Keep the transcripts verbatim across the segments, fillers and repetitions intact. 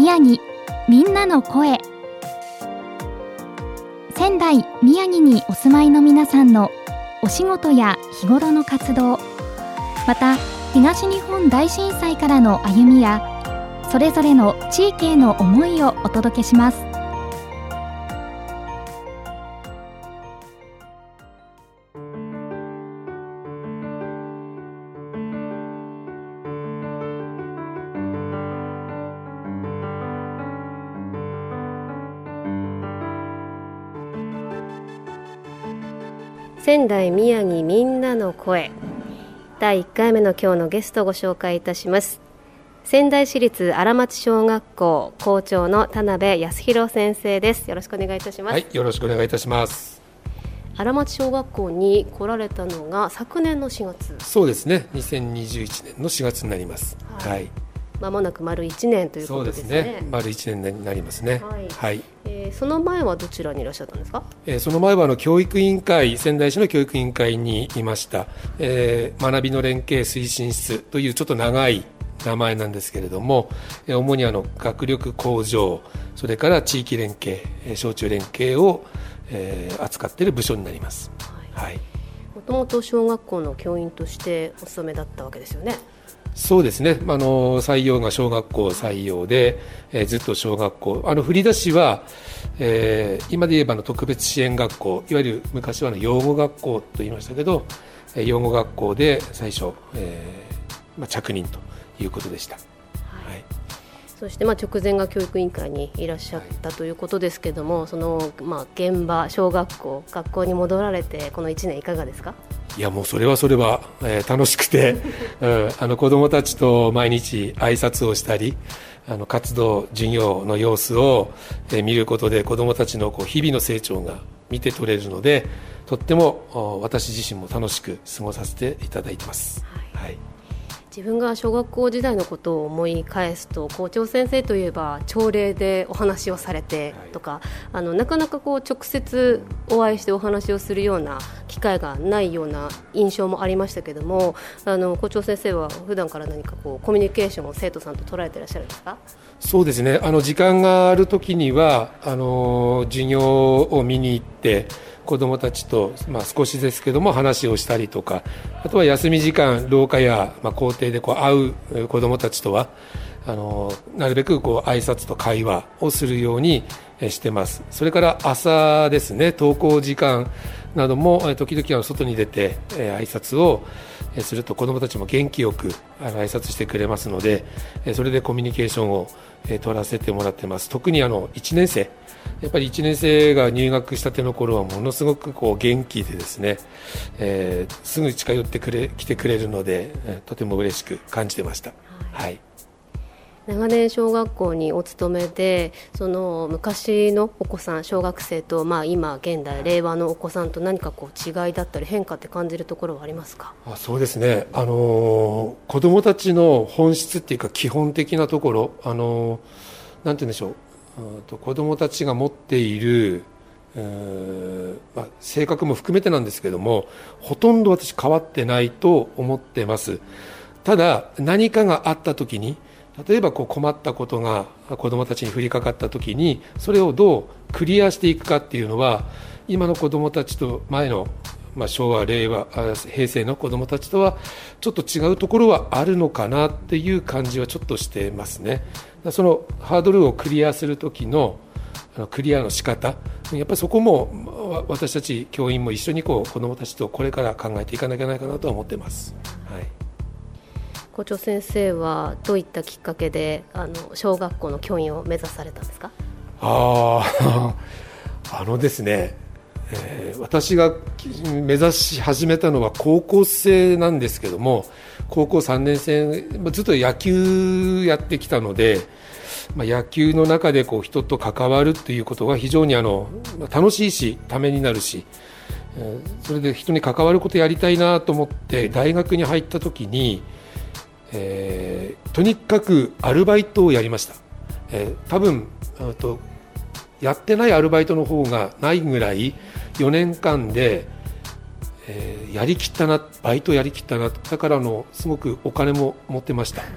宮城みんなの声。仙台、宮城にお住まいの皆さんのお仕事や日頃の活動、また東日本大震災からの歩みやそれぞれの地域への思いをお届けします。 仙台宮城みんなの声、だいいっかいめの今日のゲストをご紹介いたします。仙台市立荒町小学校校長の田辺康弘先生です。よろしくお願いいたします。 はい、よろしくお願いいたします。 荒町小学校に来られたのが昨年のしがつ。 そうですね、にせんにじゅういちねんのしがつになります。はい、はい、 間もなく丸いちねんということですね。 そうですね、丸いちねんになりますね。はい、はい。 えー、その前はどちらにいらっしゃったんですか？ えー、その前はあの教育委員会、仙台市の教育委員会にいました。えー、学びの連携推進室というちょっと長い名前なんですけれども、えー、主にあの学力向上、それから地域連携、えー、小中連携を、えー、扱っている部署になります。はい。 もともと小学校の教員としてお勤めだったわけですよね。 そうですね、あの採用が小学校採用で、えー、ずっと小学校、あの振り出しは、えー、今で言えばの特別支援学校、いわゆる昔はの養護学校と言いましたけど、えー、養護学校で最初、えーまあ、着任ということでした。はい。 そしてまあ直前が教育委員会にいらっしゃったということですけども、はい、そのまあ現場、小学校、学校に戻られてこのいちねんいかがですか？ いやもうそれはそれは、えー、楽しくて、うん、あの子どもたちと毎日挨拶をしたり、あの活動授業の様子を、えー、見ることで子どもたちのこう日々の成長が見て取れるので、とっても私自身も楽しく過ごさせていただいてます。はい。はい。 自分が小学校時代のことを思い返すと、校長先生といえば朝礼でお話をされてとか、はい、あのなかなかこう直接お会いしてお話をするような機会がないような印象もありましたけども、あの校長先生は普段から何かこうコミュニケーションを生徒さんと捉えていらっしゃるんですか？ そうですね、あの時間があるときにはあの授業を見に行って子どもたちと、まあ、少しですけども話をしたりとか、あとは休み時間廊下や、まあ、校庭でこう会う子どもたちとはあのなるべくこう挨拶と会話をするようにしてます。それから朝ですね、登校時間なども時々は外に出て挨拶をすると子どもたちも元気よくあの挨拶してくれますので、それでコミュニケーションを取らせてもらってます。特にあのいちねん生、やっぱりいちねん生が入学したての頃はものすごくこう元気でですね、えー、すぐ近寄ってくれ来てくれるので、とても嬉しく感じてました。はい、はい。 長年小学校にお勤めで、その昔のお子さん、小学生と、まあ、今現代令和のお子さんと何かこう違いだったり変化って感じるところはありますか？ あ、そうですね、あのー、子どもたちの本質っていうか基本的なところ、あのー、なんて言うんでしょう、うんと子どもたちが持っているうーん、まあ、性格も含めてなんですけども、ほとんど私変わってないと思ってます。ただ何かがあったときに、例えばこう困ったことが子どもたちに降りかかったときに、それをどうクリアしていくかっていうのは、今の子どもたちと前の、まあ、昭和、令和、平成の子どもたちとはちょっと違うところはあるのかなっていう感じはちょっとしてますね。そのハードルをクリアするときのクリアの仕方、やっぱりそこも私たち教員も一緒にこう子どもたちとこれから考えていかなきゃいけないかなとは思ってます。はい。 校長先生はどういったきっかけであの小学校の教員を目指されたんですか？ ああのですね、えー、私が目指し始めたのは高校生なんですけども、高校さんねん生、ずっと野球やってきたので、まあ、野球の中でこう人と関わるということが非常にあの楽しいし、ためになるし、えー、それで人に関わることやりたいなと思って大学に入った時に、えー、とにかくアルバイトをやりました。えー、多分とやってないアルバイトの方がないぐらいよねんかんで、えー、やりきったな、バイトやりきったな、だからのすごくお金も持ってました。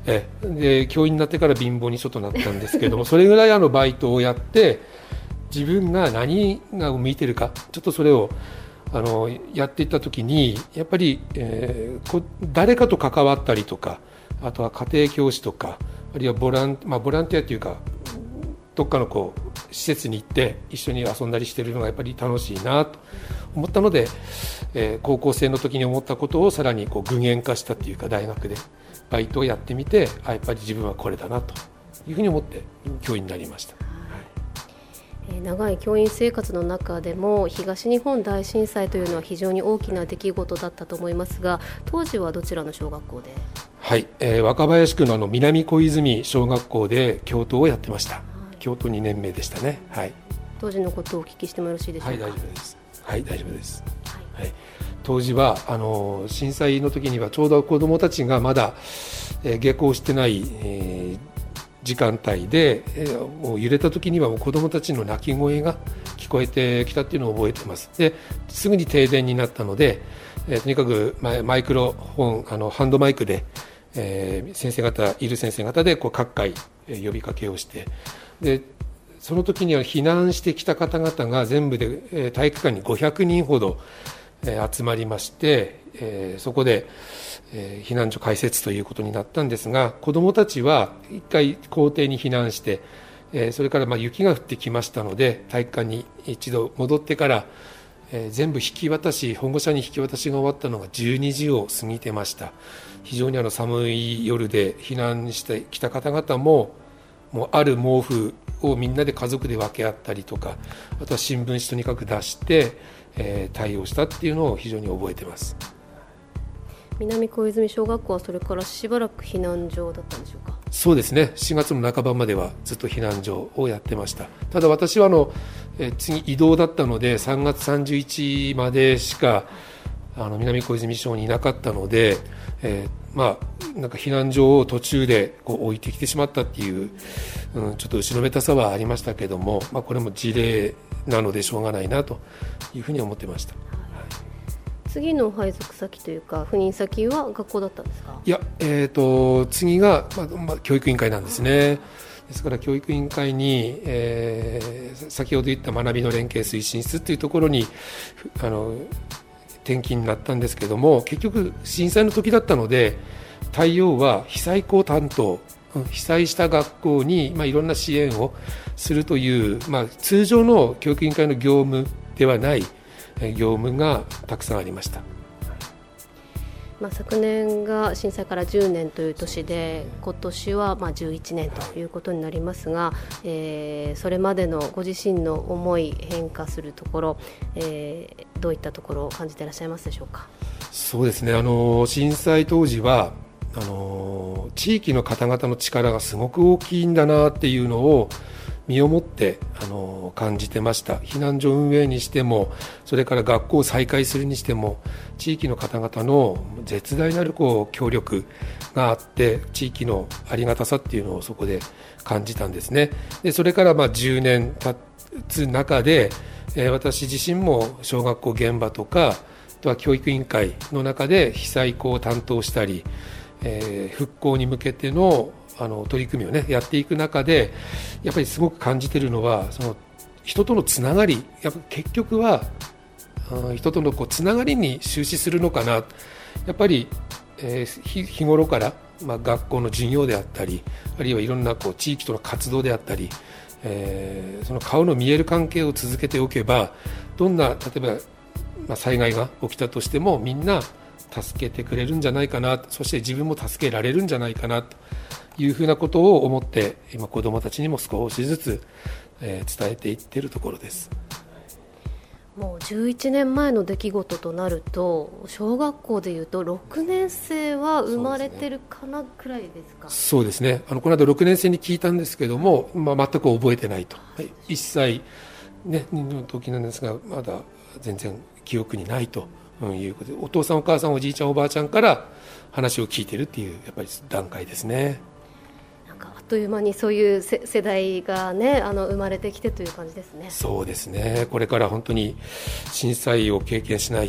えで教員になってから貧乏にちょっとなったんですけどもそれぐらいあのバイトをやって自分が何が向いてるかちょっとそれをあのやっていった時にやっぱり、えー、こ誰かと関わったりとかあとは家庭教師とかあるいはボラン、まあ、ボランティアというかどっかのこう施設に行って一緒に遊んだりしてるのがやっぱり楽しいなと思ったので、えー、高校生の時に思ったことをさらにこう具現化したというか大学でバイトをやってみてあやっぱり自分はこれだなというふうに思って教員になりました。 長い教員生活の中でも東日本大震災というのは非常に大きな出来事だったと思いますが当時はどちらの小学校で？ はい、えー、若林区のあの南小泉小学校で教頭をやってました、はい、教頭にねんめでしたね、はい、 当時のことをお聞きしてもよろしいでしょうか？ はい大丈夫です、はい、大丈夫です、はいはい、当時はあの震災の時にはちょうど子どもたちがまだ、えー、下校してない、えー時間帯で、えー、もう揺れた時にはもう子どもたちの泣き声が聞こえてきたっていうのを覚えています。ですぐに停電になったので、えー、とにかくマイクロフォンあのハンドマイクで、えー、先生方いる先生方でこう各回、えー、呼びかけをしてでその時には避難してきた方々が全部で、えー、体育館にごひゃくにんほど、えー、集まりまして、えー、そこでえー、避難所開設ということになったんですが子どもたちは一回校庭に避難して、えー、それからまあ雪が降ってきましたので体育館に一度戻ってから、えー、全部引き渡し保護者に引き渡しが終わったのがじゅうにじを過ぎてました。非常にあの寒い夜で避難してきた方々ももうある毛布をみんなで家族で分け合ったりとかあとは新聞紙とにかく出して、えー、対応したっていうのを非常に覚えています。 南小泉小学校はそれからしばらく避難所だったんでしょうか？ そうですね、しがつの半ばまではずっと避難所をやってました。ただ私はあのえ次移動だったのでさんがつさんじゅういちにちまでしかあの南小泉小にいなかったので、えー、まあなんか避難所を途中でこう置いてきてしまったっていう、うん、ちょっと後ろめたさはありましたけども、まあ、これも事例なのでしょうがないなというふうに思ってました。 次の配属先というか赴任先は学校だったんですか？ いや、えー、と次が、まあまあ、教育委員会なんですね。ですから教育委員会に、えー、先ほど言った学びの連携推進室というところにあの転勤になったんですけども結局震災の時だったので対応は被災校担当被災した学校に、まあ、いろんな支援をするという、まあ、通常の教育委員会の業務ではない業務がたくさんありました。 まあ、昨年が震災からじゅうねんという年で今年はまあじゅういちねんということになりますが、えー、それまでのご自身の思い変化するところ、えー、どういったところを感じていらっしゃいますでしょうか？ そうですね、あの震災当時はあの地域の方々の力がすごく大きいんだなっていうのを身をもってあの感じてました。避難所運営にしてもそれから学校を再開するにしても地域の方々の絶大なるこう協力があって地域のありがたさっていうのをそこで感じたんですね。でそれからまあじゅうねん経つ中で、えー、私自身も小学校現場とかあとは教育委員会の中で被災校を担当したり、えー、復興に向けてのあの取り組みを、ね、やっていく中でやっぱりすごく感じているのはその人とのつながりやっぱ結局は人とのこうつながりに終始するのかな。やっぱり、えー、日頃から、まあ、学校の授業であったりあるいはいろんなこう地域との活動であったり、えー、その顔の見える関係を続けておけばどんな例えば、まあ、災害が起きたとしてもみんな助けてくれるんじゃないかなそして自分も助けられるんじゃないかなというふうなことを思って今子どもたちにも少しずつ、えー、伝えていっているところです。 もうじゅういちねんまえの出来事となると小学校でいうとろくねん生は生まれてるかなくらいですか？ そうですね、あのこの間ろくねん生に聞いたんですけども、まあ、全く覚えてないと、はい、いっさい、ね、の時なんですがまだ全然記憶にないということでお父さんお母さんおじいちゃんおばあちゃんから話を聞いてるっていうやっぱり段階ですね。 なんかあっという間にそういう世代が、ね、あの生まれてきてという感じですね。 そうですね、これから本当に震災を経験しない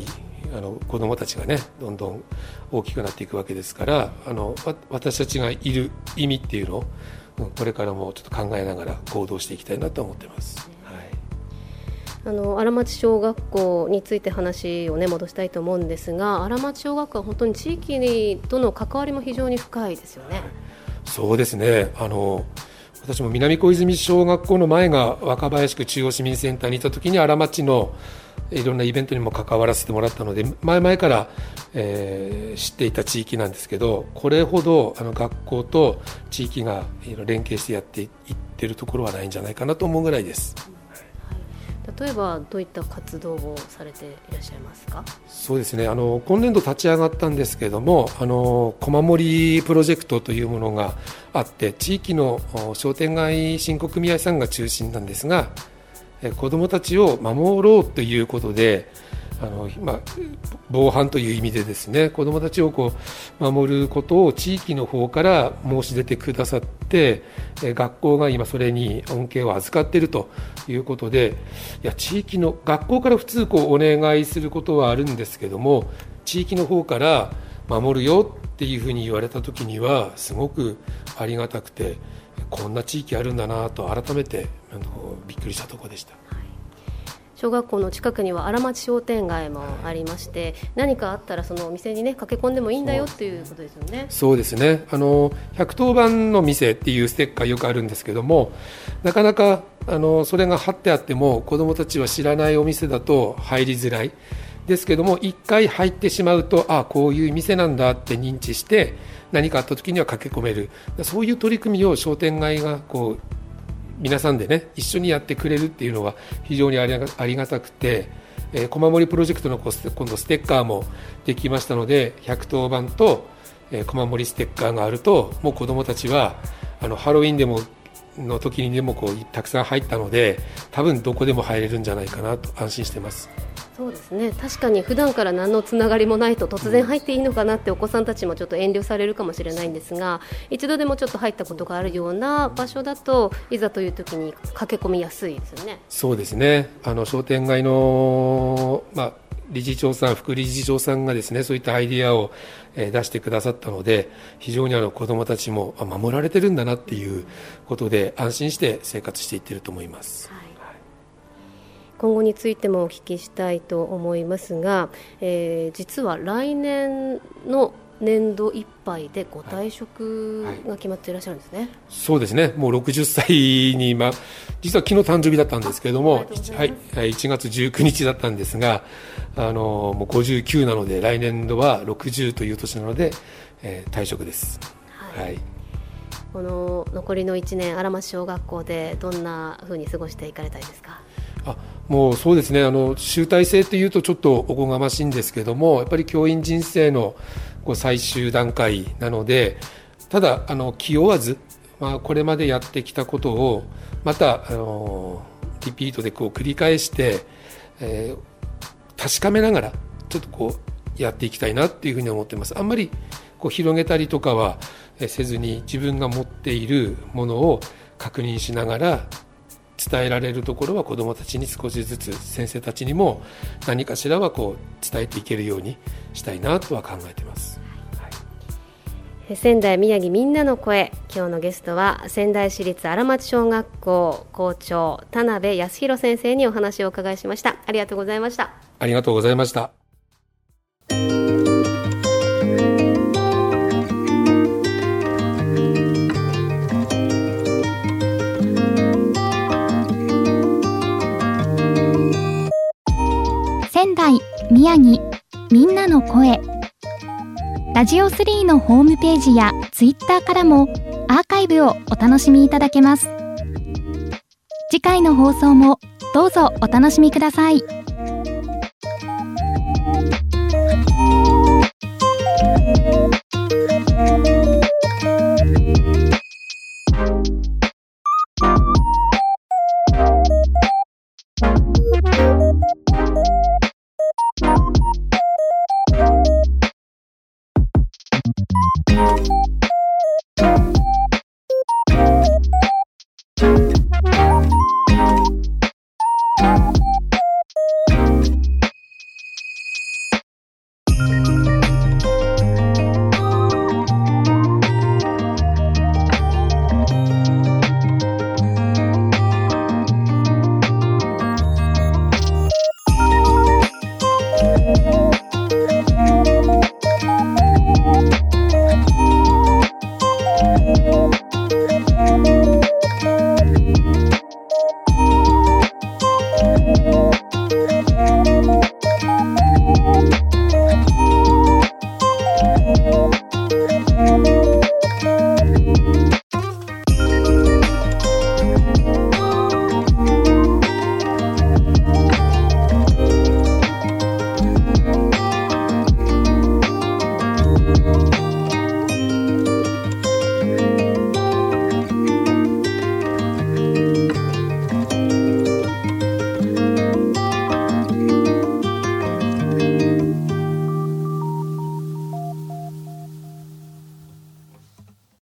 あの子どもたちがねどんどん大きくなっていくわけですから、あの私たちがいる意味っていうのをこれからもちょっと考えながら行動していきたいなと思っています。 あの荒町小学校について話を、ね、戻したいと思うんですが、荒町小学校は本当に地域との関わりも非常に深いですよね。 そうですね、あの私も南小泉小学校の前が若林区中央市民センターにいた時に荒町のいろんなイベントにも関わらせてもらったので、前々から、えー、知っていた地域なんですけど、これほどあの学校と地域が連携してやっていっているところはないんじゃないかなと思うぐらいです。 例えばどういった活動をされていらっしゃいますか？ そうですね、あの今年度立ち上がったんですけれども、あのこまもりプロジェクトというものがあって、地域の商店街振興組合さんが中心なんですが、え子どもたちを守ろうということで、あの、まあ、防犯という意味でですね、子どもたちをこう守ることを地域の方から申し出てくださって、え学校が今それに恩恵を預かっているということで、いや地域の学校から普通こうお願いすることはあるんですけども、地域の方から守るよっていうふうに言われた時にはすごくありがたくて、こんな地域あるんだなと改めてあのびっくりしたところでした。 小学校の近くには荒町商店街もありまして、何かあったらそのお店に、ね、駆け込んでもいいんだよっていうことですよね。 そうですね、あのひゃくとお番の店っていうステッカーよくあるんですけども、なかなかあのそれが貼ってあっても子どもたちは知らないお店だと入りづらいですけども、一回入ってしまうと、あこういう店なんだって認知して何かあった時には駆け込める、そういう取り組みを商店街がこう皆さんでね一緒にやってくれるっていうのは非常にありがたくて、えー、こまもりプロジェクトの今度ステッカーもできましたので、ひゃくとお番と、えー、こまもりステッカーがあると、もう子どもたちはあのハロウィンでもの時にでもこうたくさん入ったので、多分どこでも入れるんじゃないかなと安心してます。 そうですね、確かに普段から何のつながりもないと突然入っていいのかなってお子さんたちもちょっと遠慮されるかもしれないんですが、一度でもちょっと入ったことがあるような場所だといざという時に駆け込みやすいですよね。 そうですね、あの商店街の、まあ、理事長さん副理事長さんがですねそういったアイディアを、えー、出してくださったので、非常にあの子どもたちもあ守られてるんだなっていうことで安心して生活していってると思います。はい、 今後についてもお聞きしたいと思いますが、えー、実は来年の年度いっぱいでご退職が決まっていらっしゃるんですね。はいはい、そうですね、もうろくじゅっさいに、まあ、実は昨日誕生日だったんですけれども、はい、いちがつじゅうくにちだったんですが、あのもうごじゅうきゅうなので来年度はろくじゅうという年なので、えー、退職です。はいはい、 この残りのいちねん、荒町小学校でどんなふうに過ごしていかれたいですか？ あもうそうですね、あの集大成というとちょっとおこがましいんですけども、やっぱり教員人生のこう最終段階なので、ただあの気負わず、まあ、これまでやってきたことをまたあのリピートでこう繰り返して、えー、確かめながらちょっとこうやっていきたいなっていうふうに思っています。あんまりこう広げたりとかはせずに、自分が持っているものを確認しながら伝えられるところは子どもたちに少しずつ、先生たちにも何かしらはこう伝えていけるようにしたいなとは考えています。 はい、仙台宮城みんなの声、今日のゲストは仙台市立荒町小学校校長田辺康弘先生にお話をお伺いしました。ありがとうございました。 ありがとうございました。 仙台、宮城、みんなの声。ラジオスリーのホームページやツイッターからもアーカイブをお楽しみいただけます。次回の放送もどうぞお楽しみください。